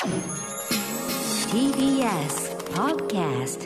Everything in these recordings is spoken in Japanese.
TBS Podcast。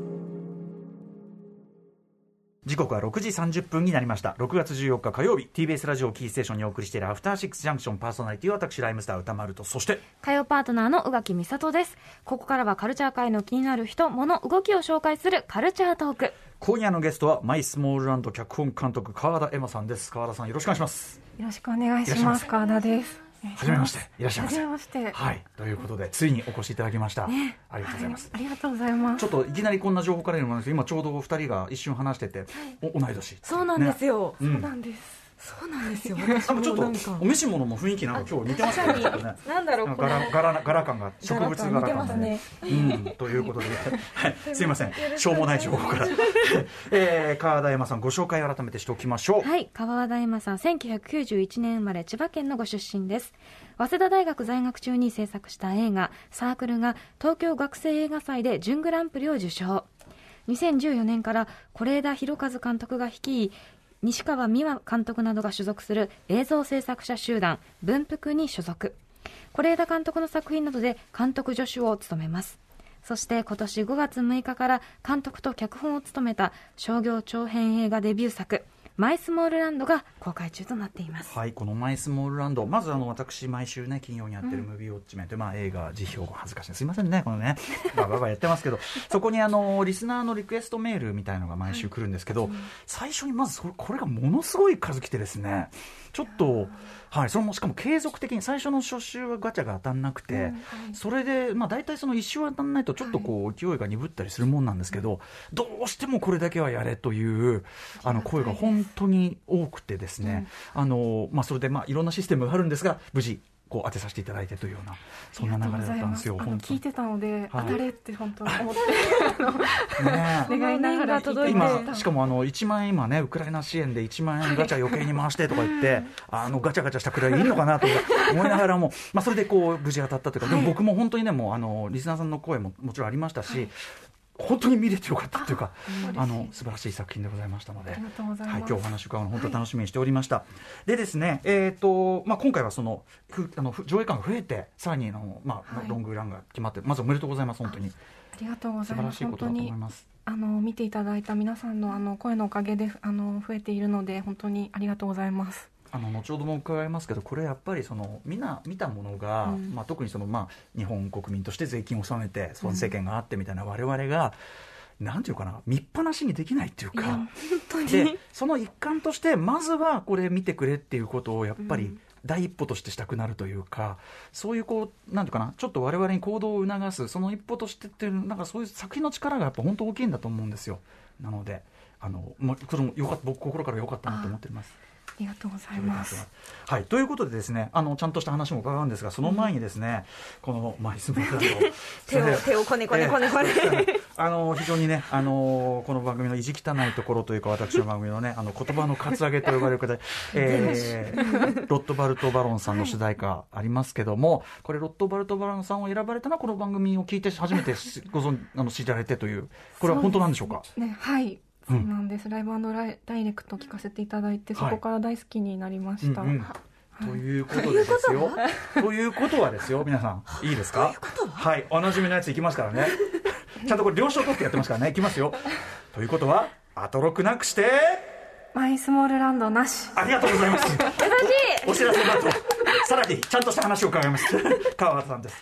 時刻は6時30分になりました。6月14日火曜日、 TBS ラジオキーステーションにお送りしているアフターシックスジャンクション、パーソナリティは私ライムスター歌丸と、そして火曜パートナーの宇垣美里です。ここからはカルチャー界の気になる人物動きを紹介するカルチャートーク。 今夜のゲストはマイスモールランド脚本監督川田恵馬さんです。川田さん、よろしくお願いします。 よろしくお願いします。川田です。 はじめまして。いらっしゃいませ。 はじめまして。 はい、ということでついにお越しいただきました、 ね、 ありがとうございます、 はい、ありがとうございます。 ちょっといきなりこんな情報から言うのもなんですけど、今ちょうどお二人が一瞬話してて、はい、同い年。 そうなんですよ、 ね、そうなんです、 そうなんですよ。 なんかちょっとお召し物も雰囲気なんか今日似てますね。 なんだろう、 柄感が、植物柄感がね、ということで、はい、すいません、しょうもない情報から川田恵馬さん、ご紹介を改めてしておきましょう。 はい、川田恵馬さん、1991年生まれ、千葉県のご出身です。早稲田大学在学中に制作した映画サークルが東京学生映画祭で準グランプリを受賞。2014年から是枝裕和監督が率い、西川美和監督などが所属する映像制作者集団文福に所属。是枝監督の作品などで監督助手を務めます。そして今年5月6日から監督と脚本を務めた商業長編映画デビュー作マイスモールランドが公開中となっています。 はい、このマイスモールランド、まず私毎週ね金曜にやってるムービーウォッチメンという、映画辞表恥ずかしい、すいませんね、このねババやってますけどそこにリスナーのリクエストメールみたいのが毎週来るんですけど、最初にまずこれがものすごい数来てですね、ちょっと、はい、それもしかも継続的に最初の初週はガチャが当たんなくて、それで大体その1週は当たんないとちょっとこう勢いが鈍ったりするもんなんですけど、どうしてもこれだけはやれという声が本当に多くてですね、それでいろんなシステムがあるんですが、無事こう当てさせていただいてというような、そんな流れだったんですよ。 聞いてたので、当たれって本当に思って願いながら届いて、 今しかも1万円、今ねウクライナ支援で1万円ガチャ余計に回してとか言って、ガチャガチャしたくらいいいのかなと思いながらもそれでこう無事当たったというか、でも僕も本当にね、もうリスナーさんの声ももちろんありましたし、本当に見れてよかったというか、素晴らしい作品でございましたので、はい、今日お話伺うの本当に楽しみにしておりました、でですね、今回はその上映館が増えて、さらにロングランが決まって、まずおめでとうございます。本当にありがとうございます。 素晴らしいことだと思います。 見ていただいた皆さんの声のおかげで増えているので、本当にありがとうございます。 後ほども伺いますけど、これやっぱり見たものが、特に日本国民として税金を納めて、その世間があってみたいな我々が、なんていうかな、見っぱなしにできないっていうか、でその一環としてまずはこれ見てくれっていうことをやっぱり第一歩としてしたくなるというか、そういうなんていうかな、ちょっと我々に行動を促すその一歩としてっていう、なんかそういう作品の力がやっぱ本当大きいんだと思うんですよ。なのでそれもよかった、僕心から良かったなと思っています。 ありがとうございます。 はい、ということでですね、ちゃんとした話も伺うんですが、その前にですね、このマイスモールランド手をこねこね非常にね、この番組の意地汚いところというか、私の番組のね、言葉のカツアゲと呼ばれる方で、ロットバルト・バロンさんの主題歌ありますけども、これロットバルト・バロンさんを選ばれたのはこの番組を聞いて初めて知られてという、これは本当なんでしょうか？ はい、そうなんです。ライブ&ダイレクト聞かせていただいて、そこから大好きになりました。 ということでですよ。ということはですよ、皆さんいいですか？はい、おなじみのやついきますからね。ちゃんとこれ了承取ってやってますからね。いきますよ。ということは後ロックなくしてマイスモールランドなし。 ありがとうございます。優しい。お知らせだとさらにちゃんとした話を伺います。川端さんです。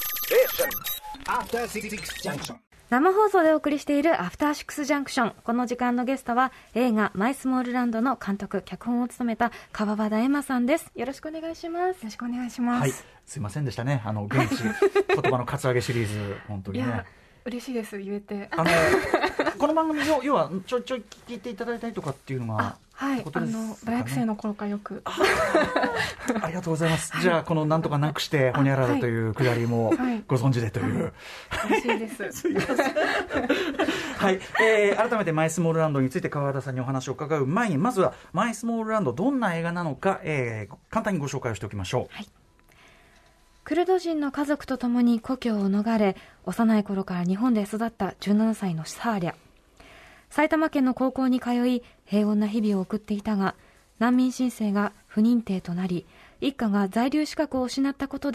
生放送でお送りしているアフターシックスジャンクション。この時間のゲストは映画マイスモールランドの監督脚本を務めた川端恵馬さんです。よろしくお願いします。よろしくお願いします。 はい、すいませんでしたね、現地言葉のカツアゲシリーズ本当にね。 いや嬉しいです、言えて。 この番組要はちょい聞いていただいたりとかっていうのが、 はい、大学生の頃からよく。 ありがとうございます。じゃあこのなんとかなくしてホニャララというくだりもご存知でという、 嬉しいです。 はい、改めてマイスモールランドについて川田さんにお話を伺う前に、まずはマイスモールランドどんな映画なのか、簡単にご紹介をしておきましょう。 はい、クルド人の家族と共に故郷を逃れ、幼い頃から日本で育った17歳のサーリャ。埼玉県の高校に通い、平穏な日々を送っていたが、難民申請が不認定となり、一家が在留資格を失ったことで、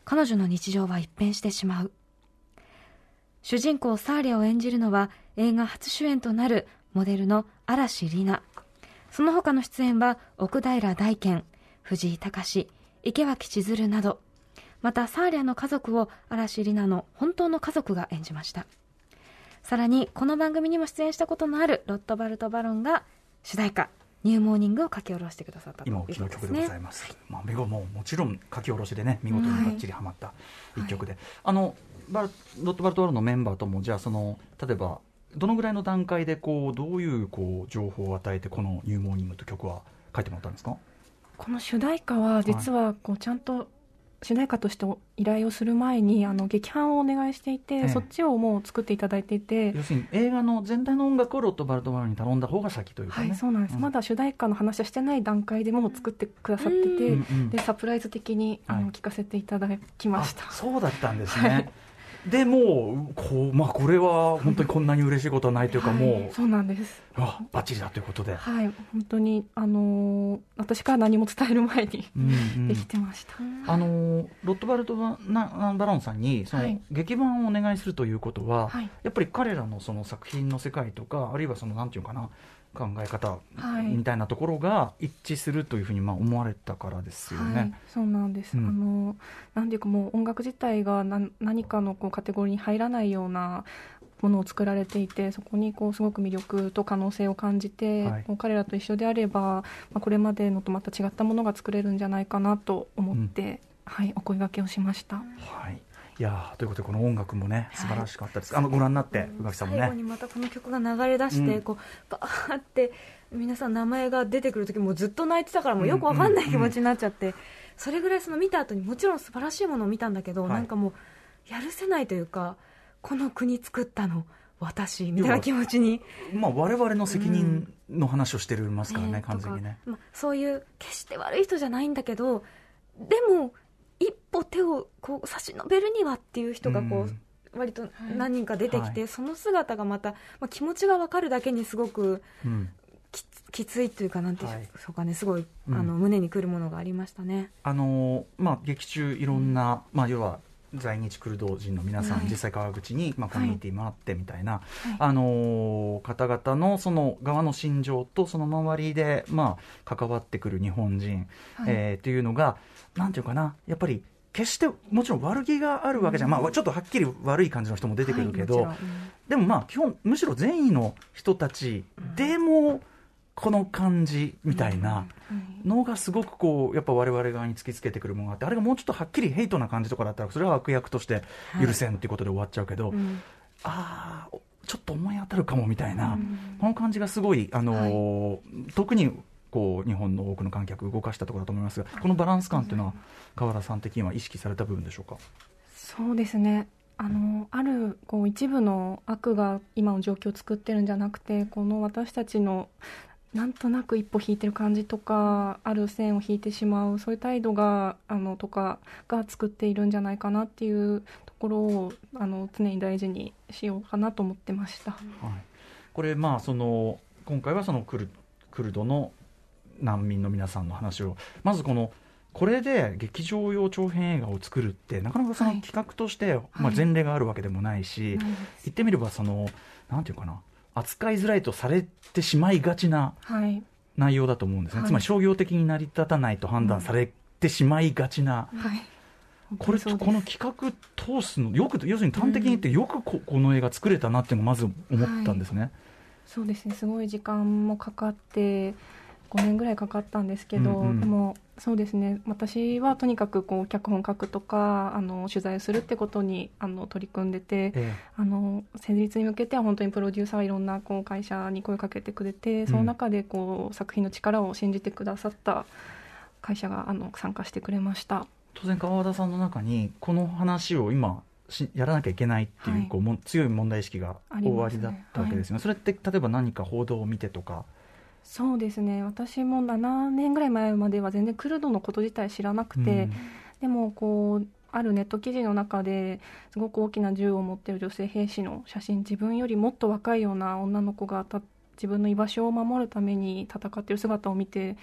彼女の日常は一変してしまう。主人公サーリャを演じるのは映画初主演となるモデルの嵐里奈。その他の出演は奥平大賢、藤井隆、池脇千鶴など、またサーリャの家族を嵐里奈の本当の家族が演じました。さらにこの番組にも出演したことのあるロットバルト・バロンが主題歌ニューモーニングを書き下ろしてくださったということですね。 今お聴きの曲でございます、もちろん書き下ろしでね見事にバッチリハマった一曲で、ロットバルト・バロンのメンバーともじゃあ例えばどのぐらいの段階でどういう情報を与えてこのニューモーニングという曲は書いてもらったんですか？ この主題歌は実はちゃんと主題歌として依頼をする前に劇伴をお願いしていて、そっちをもう作っていただいていて、 要するに映画の全体の音楽をロットバルト・バロンに頼んだ方が先というかね。 はい、そうなんです、まだ主題歌の話はしてない段階でもう作ってくださってて、でサプライズ的に聴かせていただきました。 そうだったんですね、でもこれは本当にこんなに嬉しいことはないというか、もうそうなんです。 バッチリだということで、 はい、本当に私から何も伝える前にできてました。 ロットバルト・バロンさんに劇伴をお願いするということは、やっぱり彼らのその作品の世界とか、あるいはなんていうかな、考え方みたいなところが一致するというふうに思われたからですよね。 そうなんです、なんていうかもう音楽自体が何かのカテゴリーに入らないようなものを作られていて、そこにすごく魅力と可能性を感じて、彼らと一緒であれば、これまでのとまた違ったものが作れるんじゃないかなと思って、お声掛けをしました。 いやということでこの音楽もね素晴らしかったです、ご覧になって宇垣さんもね、 最後にまたこの曲が流れ出して、バーって皆さん名前が出てくる時もずっと泣いてたから、もうよくわかんない気持ちになっちゃって、それぐらい見た後にもちろん素晴らしいものを見たんだけど、なんかもうやるせないというか、この国作ったの私みたいな気持ちに、 我々の責任の話をしてますからね、完全にね、 そういう決して悪い人じゃないんだけど、でも一歩手を差し伸べるにはっていう人が割と何人か出てきて、その姿がまた、気持ちが分かるだけにすごく、きついというか、なんていうんでしょうかね、すごい胸にくるものがありましたね。 劇中いろんな、要は在日クルド人の皆さん、実際川口に、コミュニティもあってみたいな、方々のその側の心情とその周りで、関わってくる日本人、っていうのがなんていうかな、やっぱり決してもちろん悪気があるわけじゃ、ちょっとはっきり悪い感じの人も出てくるけど、でも基本むしろ善意の人たちでもこの感じみたいなのがすごくやっぱ我々側に突きつけてくるものがあって、あれがもうちょっとはっきりヘイトな感じとかだったらそれは悪役として許せんっていうことで終わっちゃうけど、ちょっと思い当たるかもみたいな、この感じがすごい特に日本の多くの観客を動かしたところだと思いますが、このバランス感っていうのは川原さん的には意識された部分でしょうか？ そうですね、ある一部の悪が今の状況を作ってるんじゃなくて、この私たちのなんとなく一歩引いてる感じとか、ある線を引いてしまうそういう態度がとかが作っているんじゃないかなっていうところを常に大事にしようかなと思ってました。 これ今回はクルドの難民の皆さんの話を、まずこれで劇場用長編映画を作るってなかなか企画として、前例があるわけでもないし、言ってみればなんていうかな、扱いづらいとされてしまいがちな内容だと思うんですね、つまり商業的に成り立たないと判断されてしまいがちな、この企画通すのよく、要するに端的に言ってよくこの映画作れたなっていうのをまず思ったんですね。 そうですね、すごい時間もかかって5年ぐらいかかったんですけど、でもそうですね、私はとにかく脚本書くとか取材するってことに取り組んでて、成立に向けては本当にプロデューサーはいろんな会社に声をかけてくれて、その中で作品の力を信じてくださった会社が参加してくれました。 当然川田さんの中にこの話を今やらなきゃいけないっていう、強い問題意識がおありだったわけですよね。それって例えば何か報道を見てとか？ そうですね、私も7年ぐらい前までは全然クルドのこと自体知らなくて、でもあるネット記事の中ですごく大きな銃を持っている女性兵士の写真、自分よりもっと若いような女の子が自分の居場所を守るために戦っている姿を見て、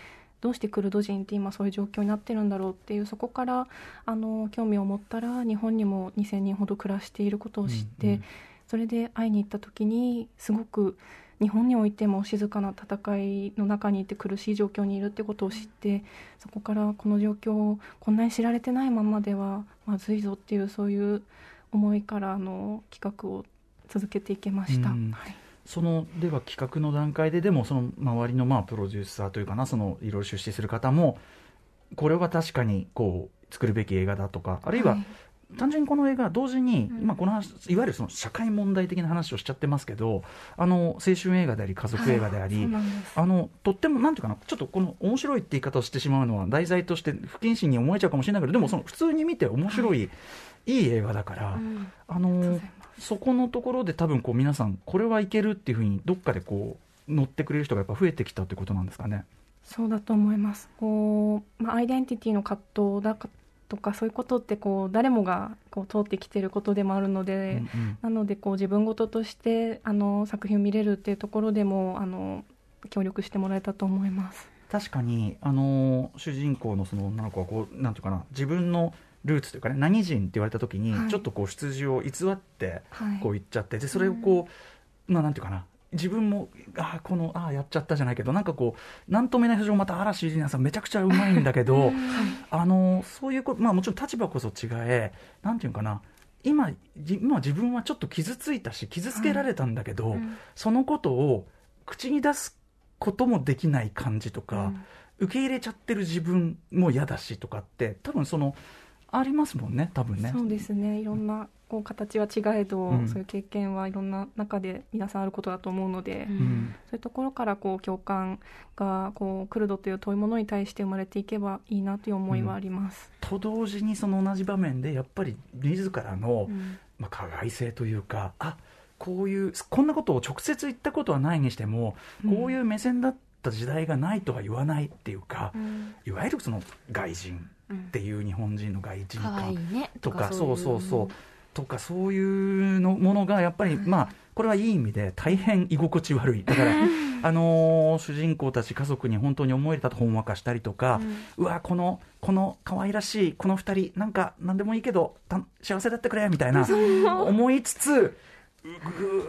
どうしてクルド人って今そういう状況になってるんだろうっていう、そこから興味を持ったら日本にも2000人ほど暮らしていることを知って、それで会いに行った時にすごく日本においても静かな戦いの中にいて苦しい状況にいるってことを知って、そこからこの状況をこんなに知られてないままではまずいぞっていう、そういう思いから企画を続けていけました。はい、 では企画の段階ででもその周りのプロデューサーというかな、そのいろいろ出資する方もこれは確かにこう作るべき映画だとか、あるいは、単純にこの映画同時に、今この話いわゆるその社会問題的な話をしちゃってますけど、青春映画であり家族映画であり、とってもなんていうかな、ちょっとこの面白いって言い方をしてしまうのは題材として不謹慎に思えちゃうかもしれないけど、でもその普通に見て面白い、いい映画だから、そこのところで多分こう皆さんこれはいけるっていうふうにどっかでこう乗ってくれる人がやっぱ増えてきたということなんですかね。 そうだと思います。アイデンティティの葛藤だとかそういうことって誰もが通ってきていることでもあるので、なので自分事として作品を見れるっていうところでも協力してもらえたと思います。 確かに主人公のその女の子はなんていうかな、自分のルーツというかね、何人って言われた時に、ちょっと出自を偽って言っちゃって、でそれをなんていうかな、自分もやっちゃったじゃないけど、なんかなんとも言えない表情、また嵐莉菜さんめちゃくちゃうまいんだけどそういうもちろん立場こそ違え、なんていうかな、今自分はちょっと傷ついたし傷つけられたんだけど、そのことを口に出すこともできない感じとか、受け入れちゃってる自分も嫌だしとかって多分ありますもんね、多分ね。 そうですね、いろんな形は違えど、そういう経験はいろんな中で皆さんあることだと思うので、そういうところから共感がクルドという遠いものに対して生まれていけばいいなという思いはあります。 と同時にその同じ場面でやっぱり自らの、加害性というか、こんなことを直接言ったことはないにしても、こういう目線だった時代がないとは言わないっていうか、いわゆるその外人っていう日本人の外人感とか、とかそういうものがやっぱりこれはいい意味で大変居心地悪い。だから主人公たち家族に本当に思い入れたとほんわかしたりとか、うわこの可愛らしいこの二人なんか何でもいいけど幸せだってくれみたいな思いつつ、その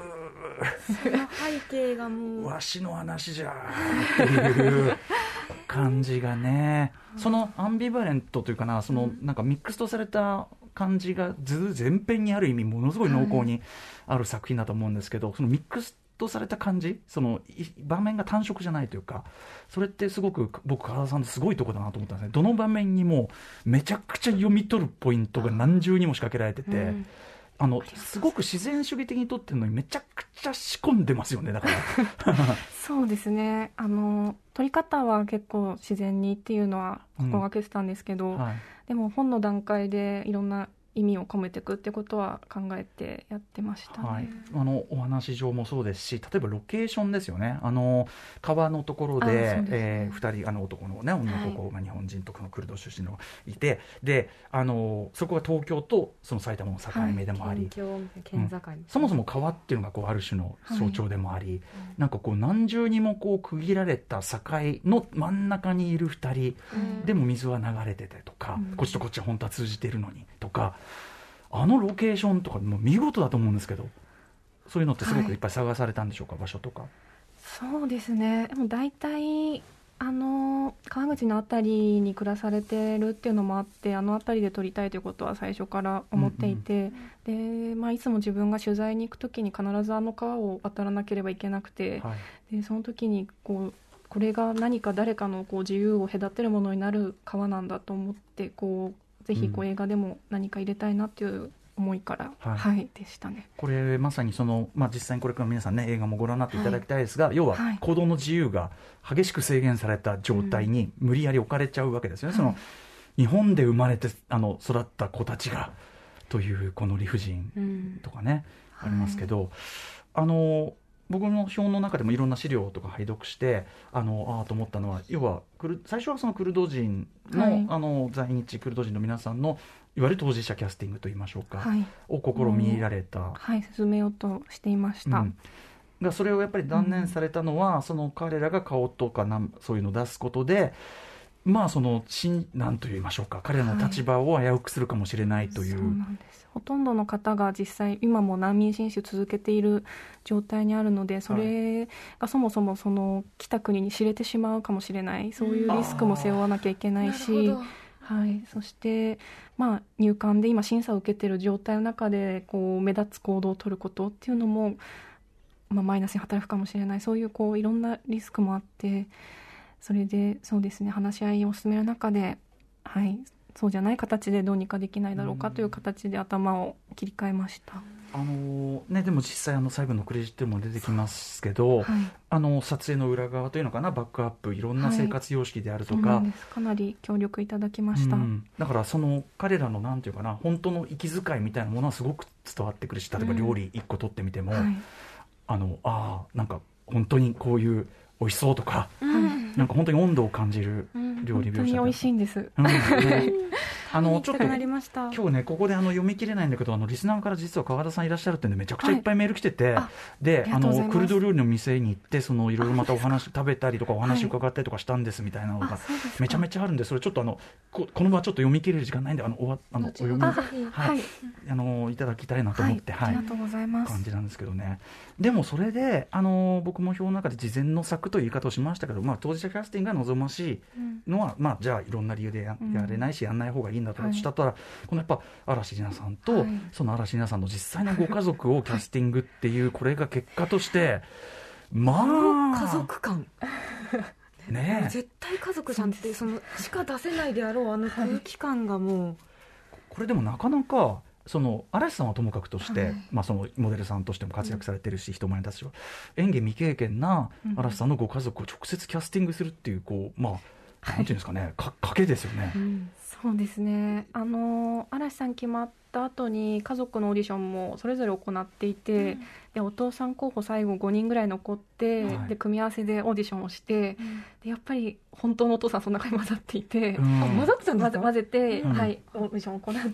背景がもうわしの話じゃっていう感じがね、そのアンビバレントというかな、なんかミックスとされた感じが全編にある意味ものすごい濃厚にある作品だと思うんですけど、そのミックスとされた感じ、場面が単色じゃないというか、それってすごく僕唐田さんですごいとこだなと思ったんですね。どの場面にもめちゃくちゃ読み取るポイントが何重にも仕掛けられてて、すごく自然主義的に撮ってるのにめちゃくちゃ仕込んでますよね。だからそうですね、撮り方は結構自然にっていうのは心がけてたんですけど、でも本の段階でいろんな意味を込めていくってことは考えてやってましたね。 お話上もそうですし、例えばロケーションですよね。川のところで、2人男のね、女の子が日本人とかのクルド出身のいて、でそこが東京とその埼玉の境目でもあり、 県境、 そもそも川っていうのがある種の象徴でもあり、なんか何重にも区切られた境の真ん中にいる2人、でも水は流れててとか、こっちとこっちは本当は通じているのにとか、ロケーションとかも見事だと思うんですけど、そういうのってすごくいっぱい探されたんでしょうか、場所とか。 そうですね、でも大体川口のあたりに暮らされてるっていうのもあって、あの辺りで撮りたいということは最初から思っていて、でいつも自分が取材に行くときに必ず川を渡らなければいけなくて、でその時にこれが何か誰かの自由を隔てるものになる川なんだと思って、ぜひ映画でも何か入れたいなっていう思いから、でしたね。 これまさに実際にこれから皆さんね、映画もご覧になっていただきたいですが、要は行動の自由が激しく制限された状態に無理やり置かれちゃうわけですよね。日本で生まれて育った子たちがというこの理不尽とかね、ありますけど、僕の表の中でもいろんな資料とか拝読してと思ったのは、要は最初はそのクルド人の、在日クルド人の皆さんのいわゆる当事者キャスティングといいましょうか、を試みられた、 進めようとしていました。 がそれをやっぱり断念されたのは、その彼らが顔とかそういうのを出すことで、まあそのなんと言いましょうか、彼らの立場を危うくするかもしれないという、 そうなんです。ほとんどの方が実際今も難民申請続けている状態にあるので、それがそもそもその来た国に知れてしまうかもしれない、そういうリスクも背負わなきゃいけないし、はい、そして、まあ、入管で今審査を受けている状態の中でこう目立つ行動を取ることっていうのも、まあ、マイナスに働くかもしれない、そういうこういろんなリスクもあって、それでそうですね、話し合いを進める中で、はい、そうじゃない形でどうにかできないだろうかという形で頭を切り替えました。 でも実際最後のクレジットも出てきますけど、はい、撮影の裏側というのかな、バックアップ、いろんな生活様式であるとか、 はい、かなり協力いただきました。 だからその彼らのなんていうかな、本当の息遣いみたいなものはすごく伝わってくるし、例えば料理1個取ってみても、はい、なんか本当にこういう美味しそうとか、なんか本当に温度を感じる料理描写、 本当に美味しいんです。 ちょっと今日ね、ここで読み切れないんだけど、リスナーから実は川田さんいらっしゃるってんで、めちゃくちゃいっぱいメール来てて、でクルド料理の店に行って、いろいろまたお話食べたりとかお話伺ったりとかしたんですみたいなのがめちゃめちゃあるんで、それちょっとこの場ちょっと読み切れる時間ないんで、お読み、いただきたいなと思って、 ありがとうございます。 感じなんですけどね。でもそれで僕も表の中で事前の策という言い方をしましたけど、当事者キャスティングが望ましいのは、じゃあいろんな理由で やれないし、やんない方がいいんだとしたら、このやっぱ嵐里奈さんと、その嵐里奈さんの実際のご家族をキャスティングっていう、これが結果として家族感ね、 絶対家族じゃんってそのしか出せないであろう空気感がもう、 これでもなかなか嵐さんはともかくとして、そのモデルさんとしても活躍されてるし、人前に立つし、演技未経験な嵐さんのご家族を直接キャスティングするっていう、なんていうんですかね、賭けですよね。 そうですね、嵐さん決まった後に家族のオーディションもそれぞれ行っていて、でお父さん候補最後5人ぐらい残って、で組み合わせでオーディションをして、でやっぱり本当のお父さんその中に混ざっていて、混ざってたんですか？混ぜて、はい、オーディションを行って、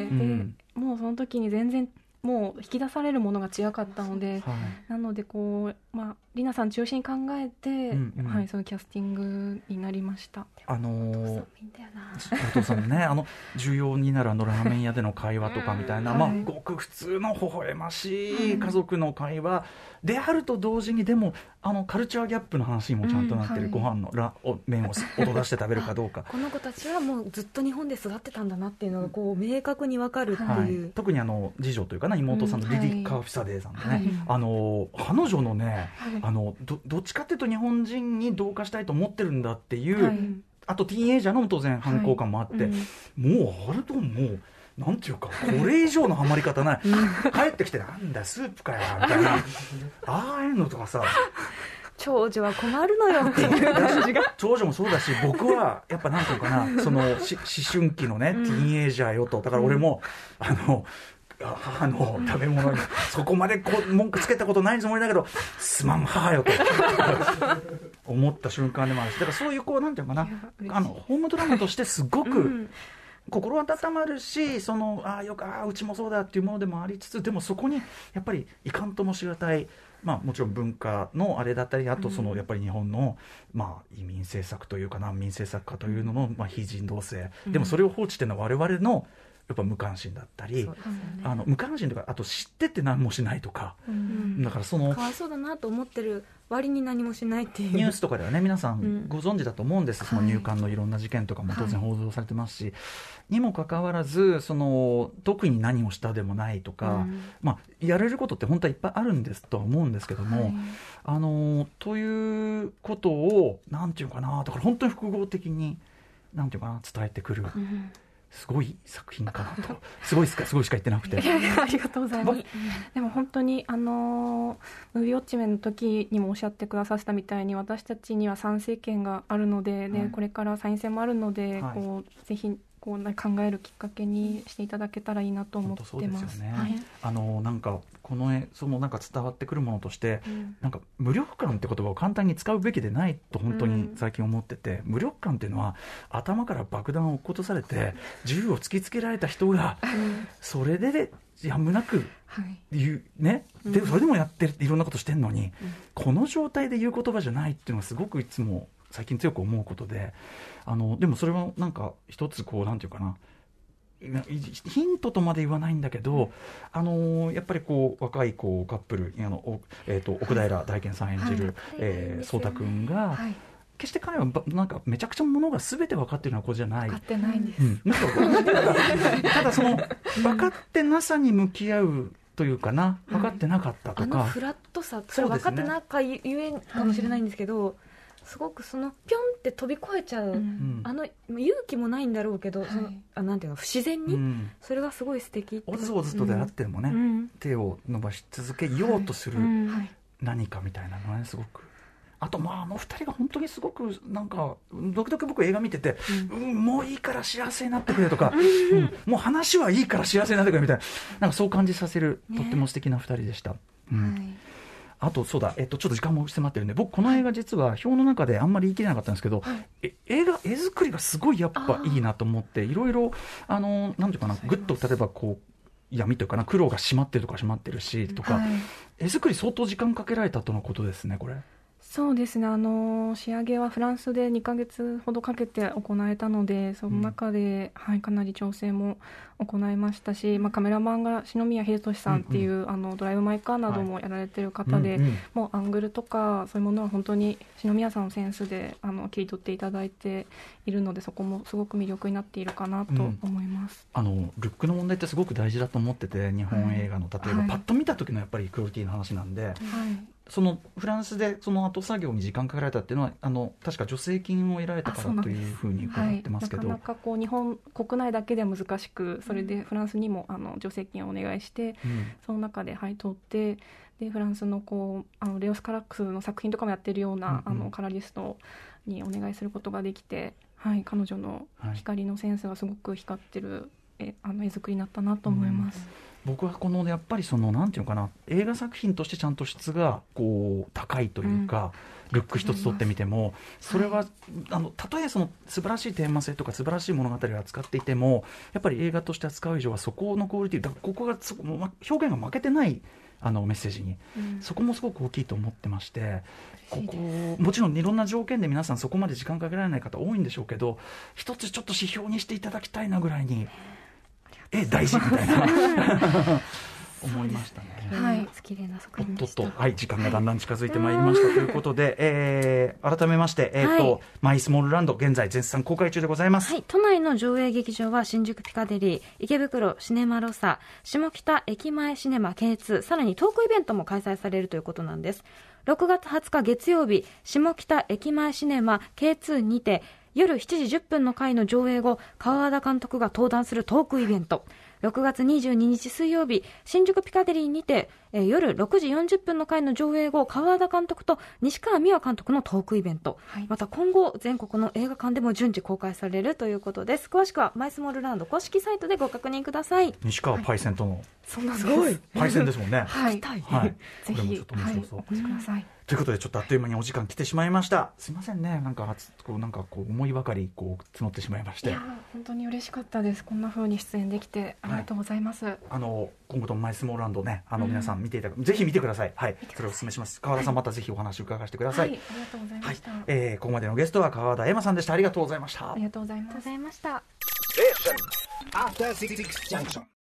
でもうその時に全然もう引き出されるものが違かったので、なのでこう、里奈さん中心に考えて、そのキャスティングになりました。 お父さんのね、重要になるラーメン屋での会話とかみたいな、ごく普通の微笑ましい家族の会話であると同時に、でもカルチャーギャップの話にもちゃんとなってる、ご飯の麺を音出して食べるかどうかこの子たちはもうずっと日本で育ってたんだなっていうのがこう明確に分かるっていう、 特に次女というかな、妹さんのリリッカー・フィサデーさんでね、彼女のね、どっちかっていうと日本人に同化したいと思ってるんだっていう、あとティーンエイジャーの当然反抗感もあって、もうあるともうなんていうか、これ以上のハマり方ない帰ってきてなんだスープかよみたいなああいうのとかさ、 長女は困るのよっていう感じが長女もそうだし、僕はやっぱなんていうかな、その思春期のね、ティーンエイジャーよと、だから俺も母の食べ物にそこまで文句つけたことないつもりだけど、すまん母よと思った瞬間でもあるし、だからそういうなんていうかな、ホームドラマとしてすごく心温まるし、うちもそうだっていうものでもありつつ、でもそこにやっぱりいかんともしがたい、もちろん文化のあれだったり、あとやっぱり日本の移民政策というか難民政策かというのの非人道性、でもそれを放置してるのは我々のやっぱ無関心だったり、無関心とか、あと知ってて何もしないとか、だからかわいそうだなと思ってる割に何もしないっていう、 ニュースとかではね皆さんご存知だと思うんです、その入管のいろんな事件とかも当然報道されてますし、にもかかわらず特に何をしたでもないとか、やれることって本当はいっぱいあるんですとは思うんですけども、ということをなんていうかな、だから本当に複合的になんていうかな伝えてくる、すごい作品かなと。すごいしか言ってなくてありがとうございます。でも本当にムービーウォッチメンの時にもおっしゃってくださったみたいに、私たちには参政権があるので、これから参院選もあるので、ぜひこう考えるきっかけにしていただけたらいいなと思ってます。 そうですよね、 はい、 なんかこのそのなんか伝わってくるものとして、なんか無力感って言葉を簡単に使うべきでないと本当に最近思ってて、無力感っていうのは頭から爆弾を落っことされて銃を突きつけられた人がそれでやむなく言う、ね、でそれでもやってるいろんなことしてるのに、この状態で言う言葉じゃないっていうのがすごくいつも最近強く思うことで、でもそれはなんか一つこうなんていうかな、ヒントとまで言わないんだけど、やっぱりこう若いこうカップル奥平大賢さん演じる颯太君が、決して彼はなんかめちゃくちゃものが全て分かっているような子じゃない。 分かってないんです、 なんかただその分かってなさに向き合うというかな、分かってなかったとか、 フラットさ、それ分かってなかゆえかもしれないんですけど、すごくそのピョンって飛び越えちゃう、勇気もないんだろうけど、なんていうの、不自然に、それがすごい素敵って。 おずおずとであってもね、手を伸ばし続けようとする何かみたいなのがね、すごく。あと2人が本当にすごくなんか時々僕映画見てて、もういいから幸せになってくれとか、もう話はいいから幸せになってくれみたいな、なんかそう感じさせる、とっても素敵な2人でした。あとそうだ、ちょっと時間も迫ってるんで、僕この映画実は表の中であんまり言い切れなかったんですけど、絵作りがすごいやっぱいいなと思って、いろいろなんていうかな、ぐっと例えばこう闇というかな、苦労が締まってるとか締まってるしとか、絵作り相当時間かけられたとのことですね、これ。 そうですね、仕上げはフランスで2ヶ月ほどかけて行えたので、その中で、かなり調整も行いましたし、カメラマンが篠宮秀俊さんっていう、ドライブ・マイ・カーなどもやられてる方で、もうアングルとかそういうものは本当に篠宮さんのセンスで切り取っていただいているので、そこもすごく魅力になっているかなと思います。 ルックの問題ってすごく大事だと思ってて、日本映画の例えばパッと見た時のやっぱりクオリティの話なんで、そのフランスでその後作業に時間かけられたっていうのは確か助成金を得られたからというふうに伺ってますけど、 なかなかこう日本国内だけでは難しく、それでフランスにも助成金をお願いして、その中で通って、でフランスのこうレオス・カラックスの作品とかもやってるような、カラリストにお願いすることができて、彼女の光のセンスがすごく光ってる絵作りになったなと思います。 僕はこのやっぱりそのなんていうのかな、映画作品としてちゃんと質がこう高いというか、ルック一つ取ってみても、それはたとえその素晴らしいテーマ性とか素晴らしい物語を扱っていても、やっぱり映画として扱う以上はそこのクオリティだから、ここが表現が負けてないメッセージに、そこもすごく大きいと思ってまして、ここもちろんいろんな条件で皆さんそこまで時間かけられない方多いんでしょうけど、一つちょっと指標にしていただきたいなぐらいに大事みたいな思いましたね。 綺麗な作品でした。 時間がだんだん近づいてまいりましたということで、改めまして、マイスモールランド現在絶賛公開中でございます。 都内の上映劇場は新宿ピカデリー、池袋シネマロサ、下北駅前シネマ K2、さらにトークイベントも開催されるということなんです。6月20日月曜日、下北駅前シネマ K2 にて夜7時10分の回の上映後、川和田監督が登壇するトークイベント。6月22日水曜日、新宿ピカデリーにて、夜6時40分の回の上映後、川和田監督と西川美和監督のトークイベント。また今後、全国の映画館でも順次公開されるということです。詳しくはマイスモールランド公式サイトでご確認ください。 西川パイセンとの、 そうなんです。すごいパイセンですもんね。 ぜひ、お越しください。 ということで、ちょっとあっという間にお時間来てしまいました。すいませんね、なんか思いばかり募ってしまいまして。 いや本当に嬉しかったです。こんな風に出演できてありがとうございます。 今後ともマイスモールランドね、皆さん見ていただく、ぜひ見てください。それをお勧めします。川田さん、またぜひお話を伺わせてください。 ありがとうございました。 ここまでのゲストは川田エマさんでした。ありがとうございました。 ありがとうございました。